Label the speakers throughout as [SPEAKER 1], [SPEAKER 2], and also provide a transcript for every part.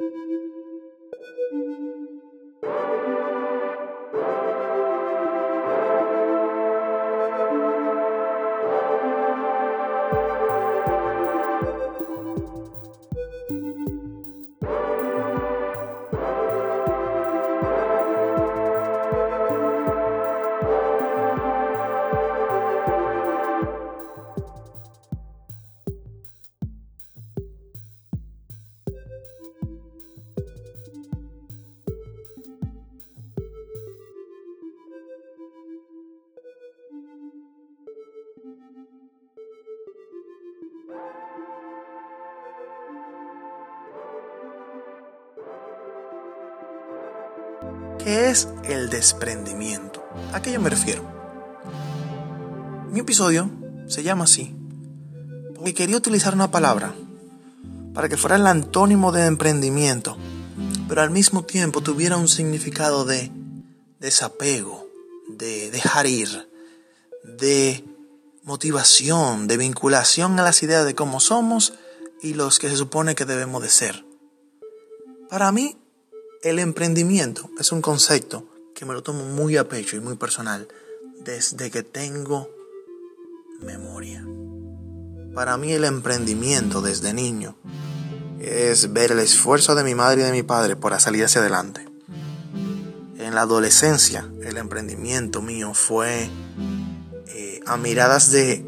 [SPEAKER 1] ¿Qué es el desprendimiento? ¿A qué yo me refiero? Mi episodio se llama así porque quería utilizar una palabra para que fuera el antónimo de emprendimiento, pero al mismo tiempo tuviera un significado de desapego, de dejar ir, de motivación, de vinculación a las ideas de cómo somos y los que se supone que debemos de ser. Para mí, el emprendimiento es un concepto que me lo tomo muy a pecho y muy personal desde que tengo memoria. Para mí el emprendimiento desde niño es ver el esfuerzo de mi madre y de mi padre para salir hacia adelante. En la adolescencia el emprendimiento mío fue a miradas de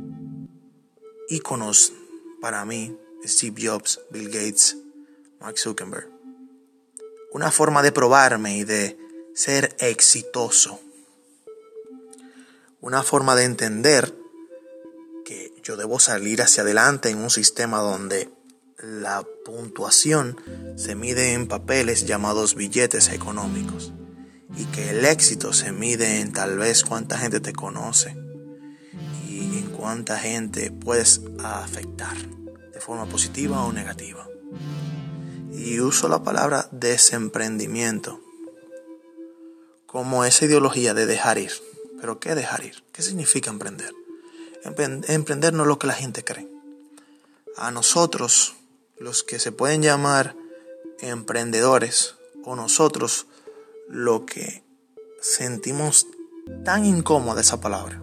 [SPEAKER 1] íconos para mí: Steve Jobs, Bill Gates, Mark Zuckerberg. Una forma de probarme y de ser exitoso. Una forma de entender que yo debo salir hacia adelante en un sistema donde la puntuación se mide en papeles llamados billetes económicos y que el éxito se mide en tal vez cuánta gente te conoce y en cuánta gente puedes afectar de forma positiva o negativa. Y uso la palabra desemprendimiento como esa ideología de dejar ir. ¿Pero qué dejar ir? ¿Qué significa emprender? Emprender no es lo que la gente cree. A nosotros, los que se pueden llamar emprendedores, o nosotros, lo que sentimos tan incómoda esa palabra,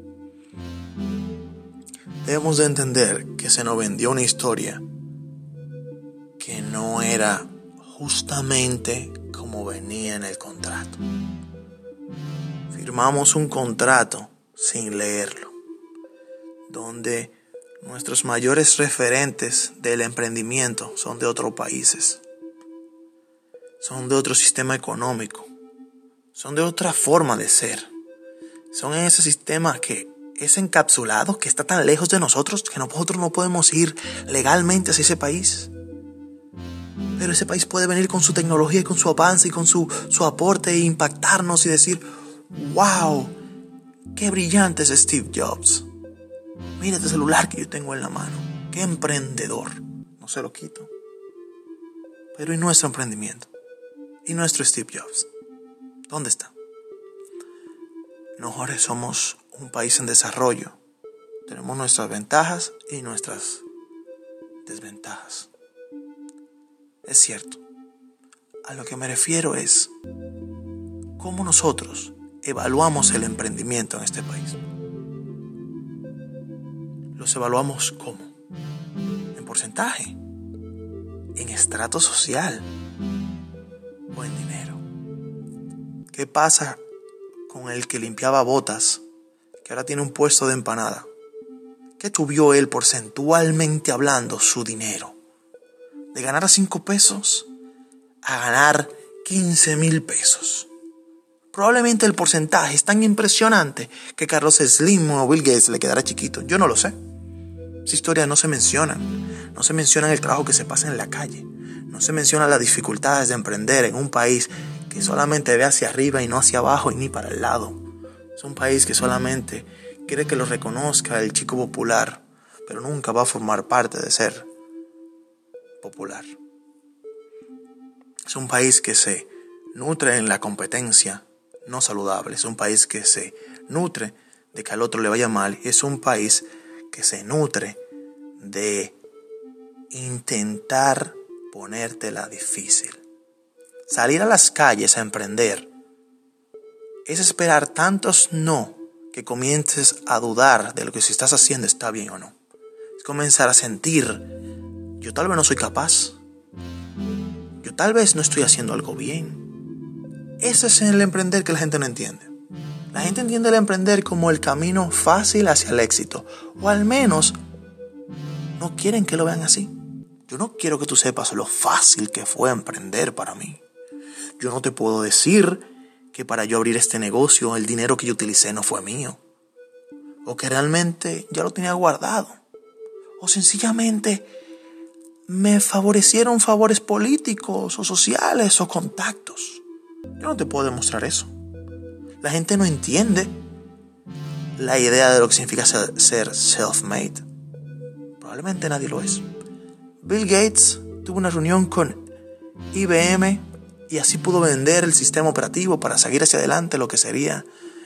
[SPEAKER 1] debemos de entender que se nos vendió una historia que no era justamente como venía en el contrato. Firmamos un contrato sin leerlo, donde nuestros mayores referentes del emprendimiento son de otros países, son de otro sistema económico, son de otra forma de ser, son en ese sistema que es encapsulado, que está tan lejos de nosotros que nosotros no podemos ir legalmente hacia ese país. Pero ese país puede venir con su tecnología y con su avance y con su aporte e impactarnos y decir: ¡wow! ¡Qué brillante es Steve Jobs! Mira este celular que yo tengo en la mano. ¡Qué emprendedor! No se lo quito. Pero ¿y nuestro emprendimiento? ¿Y nuestro Steve Jobs? ¿Dónde está? Nosotros somos un país en desarrollo. Tenemos nuestras ventajas y nuestras desventajas. Es cierto. A lo que me refiero es cómo nosotros evaluamos el emprendimiento en este país. Los evaluamos ¿cómo? En porcentaje, en estrato social o en dinero. ¿Qué pasa con el que limpiaba botas, que ahora tiene un puesto de empanada? ¿Qué subió él porcentualmente hablando su dinero? De ganar 5 pesos a ganar 15,000 pesos. Probablemente el porcentaje es tan impresionante que Carlos Slim o Bill Gates le quedara chiquito. Yo no lo sé. Esa historia no se menciona. No se menciona el trabajo que se pasa en la calle. No se menciona las dificultades de emprender en un país que solamente ve hacia arriba y no hacia abajo y ni para el lado. Es un país que solamente quiere que lo reconozca el chico popular, pero nunca va a formar parte de ser popular. Es un país que se nutre en la competencia no saludable. Es un país que se nutre de que al otro le vaya mal. Es un país que se nutre de intentar ponértela difícil. Salir a las calles a emprender es esperar tantos no que comiences a dudar de lo que si estás haciendo está bien o no. Es comenzar a sentir, yo tal vez no soy capaz, yo tal vez no estoy haciendo algo bien. Ese es el emprender que la gente no entiende. La gente entiende el emprender como el camino fácil hacia el éxito, o al menos no quieren que lo vean así. Yo no quiero que tú sepas lo fácil que fue emprender para mí. Yo no te puedo decir que para yo abrir este negocio el dinero que yo utilicé no fue mío. O que realmente ya lo tenía guardado. O sencillamente me favorecieron favores políticos o sociales o contactos. Yo no te puedo demostrar eso. La gente no entiende la idea de lo que significa ser self-made. Probablemente nadie lo es. Bill Gates tuvo una reunión con IBM y así pudo vender el sistema operativo para seguir hacia adelante lo que sería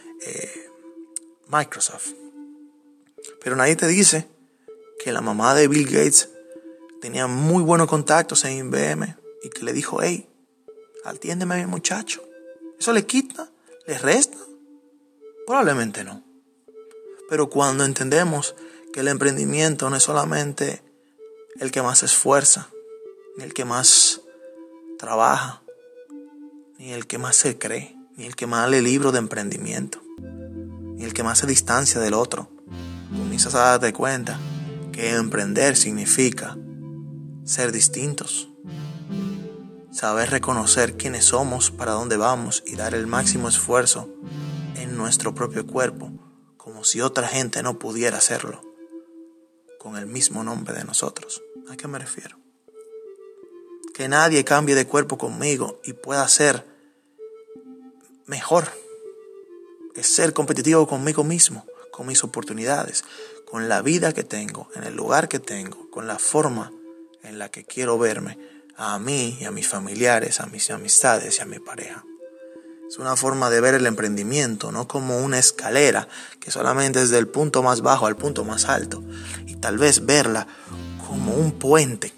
[SPEAKER 1] Microsoft. Pero nadie te dice que la mamá de Bill Gates tenía muy buenos contactos en IBM y que le dijo, hey, atiéndeme a mi muchacho. ¿Eso le quita? ¿Le resta? Probablemente no. Pero cuando entendemos que el emprendimiento no es solamente el que más se esfuerza, ni el que más trabaja, ni el que más se cree, ni el que más lee libros de emprendimiento, ni el que más se distancia del otro, comienzas a darte cuenta que emprender significa ser distintos, saber reconocer quiénes somos, para dónde vamos y dar el máximo esfuerzo en nuestro propio cuerpo, como si otra gente no pudiera hacerlo con el mismo nombre de nosotros. ¿A qué me refiero? Que nadie cambie de cuerpo conmigo y pueda ser mejor. Es ser competitivo conmigo mismo, con mis oportunidades, con la vida que tengo, en el lugar que tengo, con la forma en la que quiero verme, a mí y a mis familiares, a mis amistades y a mi pareja. Es una forma de ver el emprendimiento, no como una escalera que solamente es del punto más bajo al punto más alto, y tal vez verla como un puente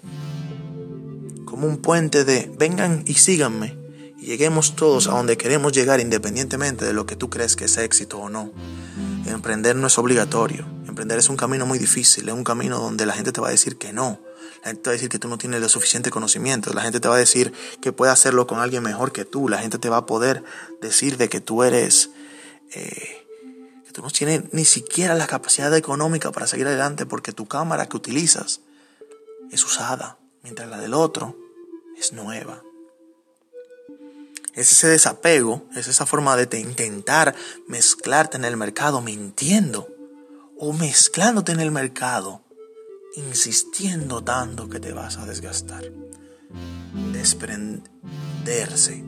[SPEAKER 1] de vengan y síganme y lleguemos todos a donde queremos llegar, independientemente de lo que tú crees que es éxito o no. Emprender no es obligatorio. Emprender es un camino muy difícil, es un camino donde la gente te va a decir que no. La gente te va a decir que tú no tienes lo suficiente conocimiento. La gente te va a decir que puedes hacerlo con alguien mejor que tú. La gente te va a poder decir de que tú eres, que tú no tienes ni siquiera la capacidad económica para seguir adelante porque tu cámara que utilizas es usada, mientras la del otro es nueva. Es ese desapego, es esa forma de intentar mezclarte en el mercado mintiendo o mezclándote en el mercado, insistiendo tanto que te vas a desgastar. Desprenderse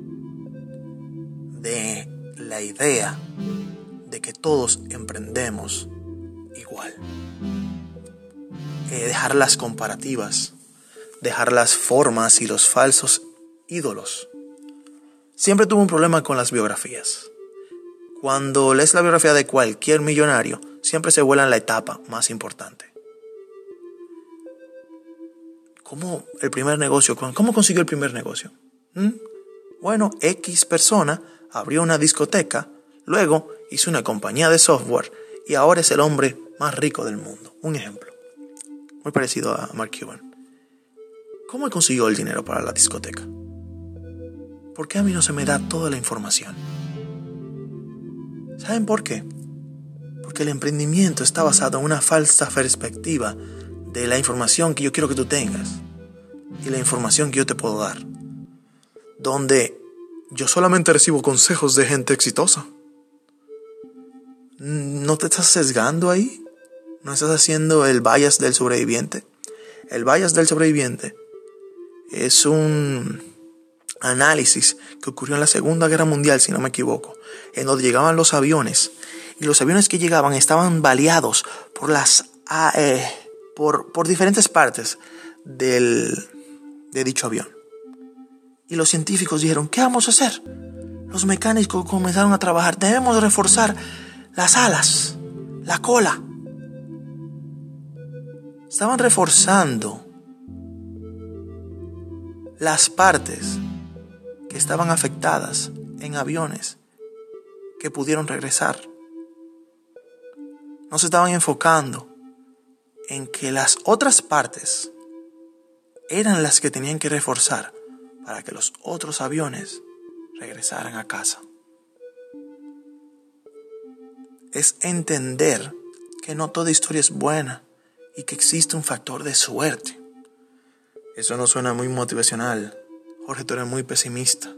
[SPEAKER 1] de la idea de que todos emprendemos igual. Dejar las comparativas, dejar las formas y los falsos ídolos. Siempre tuve un problema con las biografías. Cuando lees la biografía de cualquier millonario, siempre se vuela en la etapa más importante. ¿Cómo consiguió el primer negocio? Bueno, X persona abrió una discoteca, luego hizo una compañía de software y ahora es el hombre más rico del mundo. Un ejemplo, muy parecido a Mark Cuban. ¿Cómo consiguió el dinero para la discoteca? ¿Por qué a mí no se me da toda la información? ¿Saben por qué? Porque el emprendimiento está basado en una falsa perspectiva de la información que yo quiero que tú tengas y la información que yo te puedo dar, donde yo solamente recibo consejos de gente exitosa. ¿No te estás sesgando ahí? ¿No estás haciendo el bias del sobreviviente? El bias del sobreviviente es un análisis que ocurrió en la Segunda Guerra Mundial, si no me equivoco, en donde llegaban los aviones y los aviones que llegaban estaban baleados por diferentes partes de dicho avión. Y los científicos dijeron, ¿qué vamos a hacer? Los mecánicos comenzaron a trabajar, debemos reforzar las alas, la cola. Estaban reforzando las partes que estaban afectadas en aviones que pudieron regresar. No se estaban enfocando en que las otras partes eran las que tenían que reforzar para que los otros aviones regresaran a casa. Es entender que no toda historia es buena y que existe un factor de suerte. Eso no suena muy motivacional. Jorge, tú eres muy pesimista.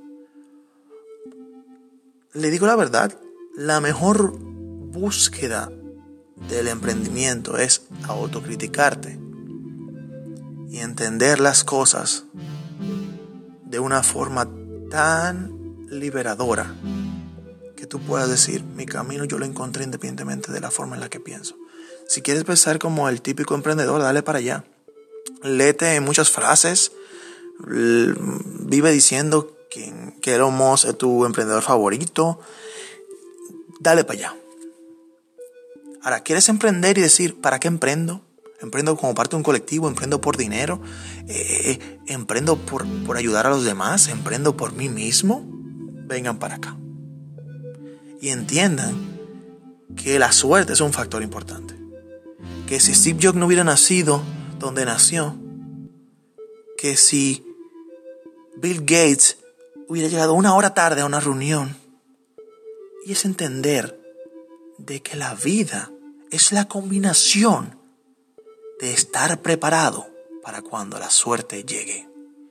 [SPEAKER 1] Le digo la verdad, la mejor búsqueda del emprendimiento es autocriticarte y entender las cosas de una forma tan liberadora que tú puedas decir, mi camino yo lo encontré independientemente de la forma en la que pienso. Si quieres pensar como el típico emprendedor, dale para allá. Léete muchas frases, vive diciendo que Elon Musk es tu emprendedor favorito, dale para allá. Ahora, ¿quieres emprender y decir, ¿para qué emprendo? ¿Emprendo como parte de un colectivo? ¿Emprendo por dinero? ¿Emprendo por ayudar a los demás? ¿Emprendo por mí mismo? Vengan para acá. Y entiendan que la suerte es un factor importante. Que si Steve Jobs no hubiera nacido donde nació, que si Bill Gates hubiera llegado 1 hora tarde a una reunión, y es entender de que la vida es la combinación de estar preparado para cuando la suerte llegue.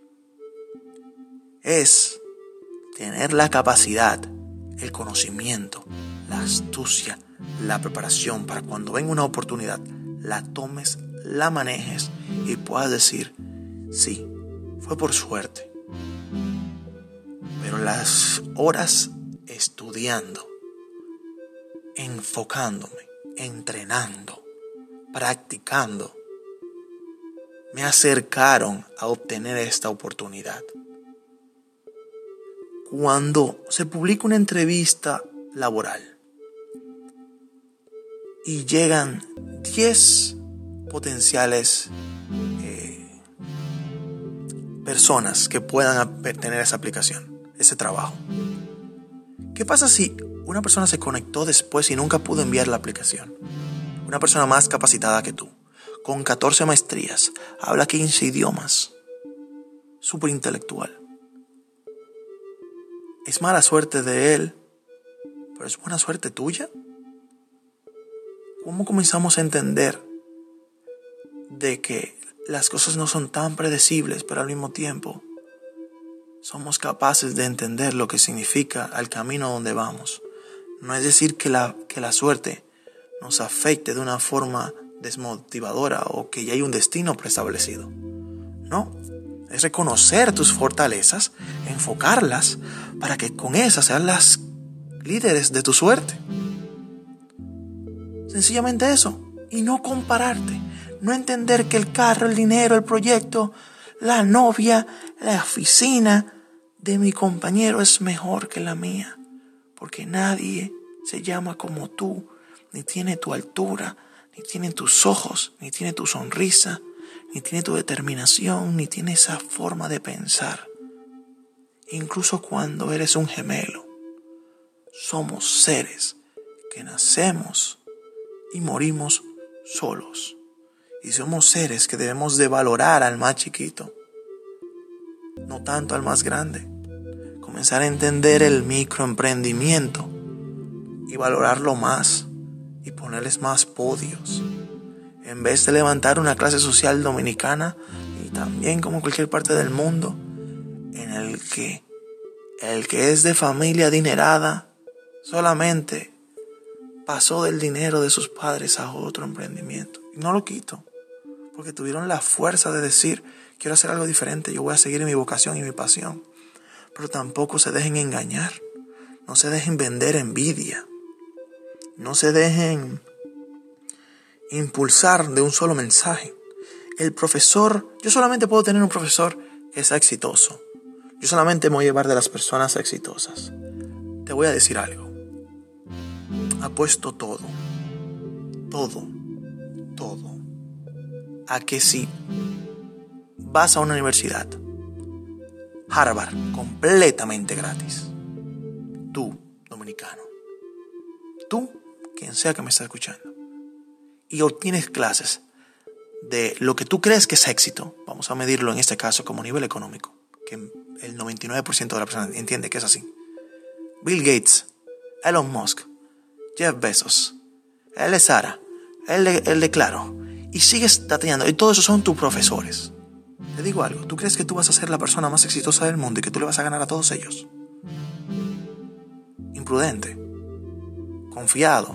[SPEAKER 1] Es tener la capacidad, el conocimiento, la astucia, la preparación para cuando venga una oportunidad, la tomes, la manejes y puedas decir, sí, fue por suerte. Pero las horas estudiando, enfocándome, entrenando, practicando, me acercaron a obtener esta oportunidad. Cuando se publica una entrevista laboral y llegan 10 potenciales personas que puedan tener esa aplicación, ese trabajo, ¿qué pasa si una persona se conectó después y nunca pudo enviar la aplicación? Una persona más capacitada que tú, con 14 maestrías, habla 15 idiomas, súper intelectual. ¿Es mala suerte de él, pero es buena suerte tuya? ¿Cómo comenzamos a entender de que las cosas no son tan predecibles, pero al mismo tiempo somos capaces de entender lo que significa el camino donde vamos? No es decir que la suerte nos afecte de una forma desmotivadora o que ya hay un destino preestablecido. No, es reconocer tus fortalezas, enfocarlas para que con esas sean las líderes de tu suerte. Sencillamente eso. Y no compararte. No entender que el carro, el dinero, el proyecto, la novia, la oficina de mi compañero es mejor que la mía. Porque nadie se llama como tú, ni tiene tu altura, ni tiene tus ojos, ni tiene tu sonrisa, ni tiene tu determinación, ni tiene esa forma de pensar. Incluso cuando eres un gemelo, somos seres que nacemos y morimos solos. Y somos seres que debemos de valorar al más chiquito, no tanto al más grande. Comenzar a entender el microemprendimiento y valorarlo más y ponerles más podios. En vez de levantar una clase social dominicana y también como cualquier parte del mundo, en el que es de familia adinerada solamente pasó del dinero de sus padres a otro emprendimiento. Y no lo quito, porque tuvieron la fuerza de decir, quiero hacer algo diferente, yo voy a seguir en mi vocación y mi pasión. Pero tampoco se dejen engañar, no se dejen vender envidia, no se dejen impulsar de un solo mensaje. El profesor, yo solamente puedo tener un profesor que sea exitoso. Yo solamente me voy a llevar de las personas exitosas. Te voy a decir algo. Apuesto todo, a que si vas a una universidad Harvard completamente gratis. Tú, dominicano. Tú, quien sea que me está escuchando. Y obtienes clases de lo que tú crees que es éxito. Vamos a medirlo en este caso como nivel económico, que el 99% de la persona entiende que es así. Bill Gates, Elon Musk, Jeff Bezos, él de Sara, él de Claro, y sigues tateando, y todos esos son tus profesores. Te digo algo, ¿tú crees que tú vas a ser la persona más exitosa del mundo y que tú le vas a ganar a todos ellos? Imprudente, confiado.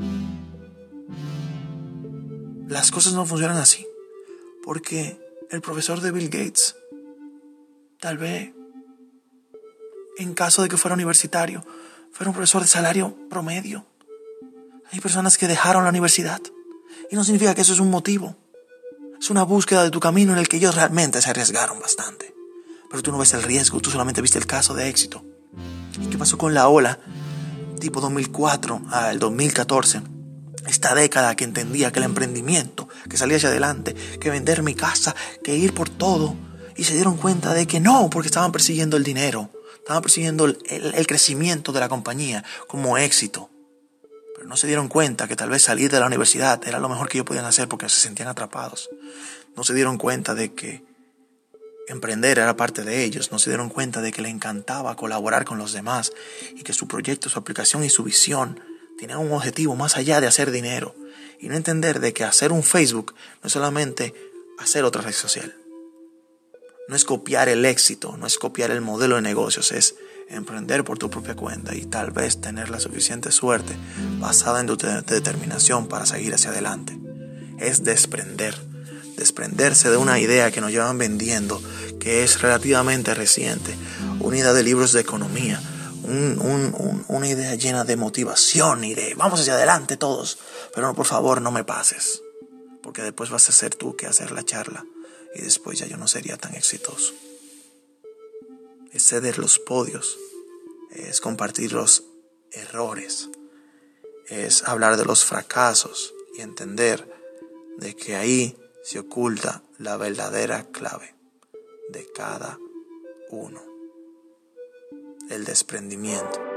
[SPEAKER 1] Las cosas no funcionan así, porque el profesor de Bill Gates, tal vez, en caso de que fuera universitario, fuera un profesor de salario promedio. Hay personas que dejaron la universidad y no significa que eso es un motivo. Es una búsqueda de tu camino en el que ellos realmente se arriesgaron bastante. Pero tú no ves el riesgo, tú solamente viste el caso de éxito. ¿Y qué pasó con la ola? Tipo 2004 al 2014. Esta década que entendía que el emprendimiento, que salir hacia adelante, que vender mi casa, que ir por todo. Y se dieron cuenta de que no, porque estaban persiguiendo el dinero. Estaban persiguiendo el crecimiento de la compañía como éxito. Pero no se dieron cuenta que tal vez salir de la universidad era lo mejor que ellos podían hacer porque se sentían atrapados. No se dieron cuenta de que emprender era parte de ellos. No se dieron cuenta de que les encantaba colaborar con los demás y que su proyecto, su aplicación y su visión tenían un objetivo más allá de hacer dinero. Y no entender de que hacer un Facebook no es solamente hacer otra red social. No es copiar el éxito, no es copiar el modelo de negocios, es emprender por tu propia cuenta y tal vez tener la suficiente suerte basada en tu determinación para seguir hacia adelante. Es desprenderse de una idea que nos llevan vendiendo, que es relativamente reciente, una idea de libros de economía, una idea llena de motivación y de vamos hacia adelante todos, pero no, por favor no me pases, porque después vas a ser tú que hacer la charla. Y después ya yo no sería tan exitoso. Es ceder los podios. Es compartir los errores. Es hablar de los fracasos. Y entender de que ahí se oculta la verdadera clave de cada uno. El desprendimiento.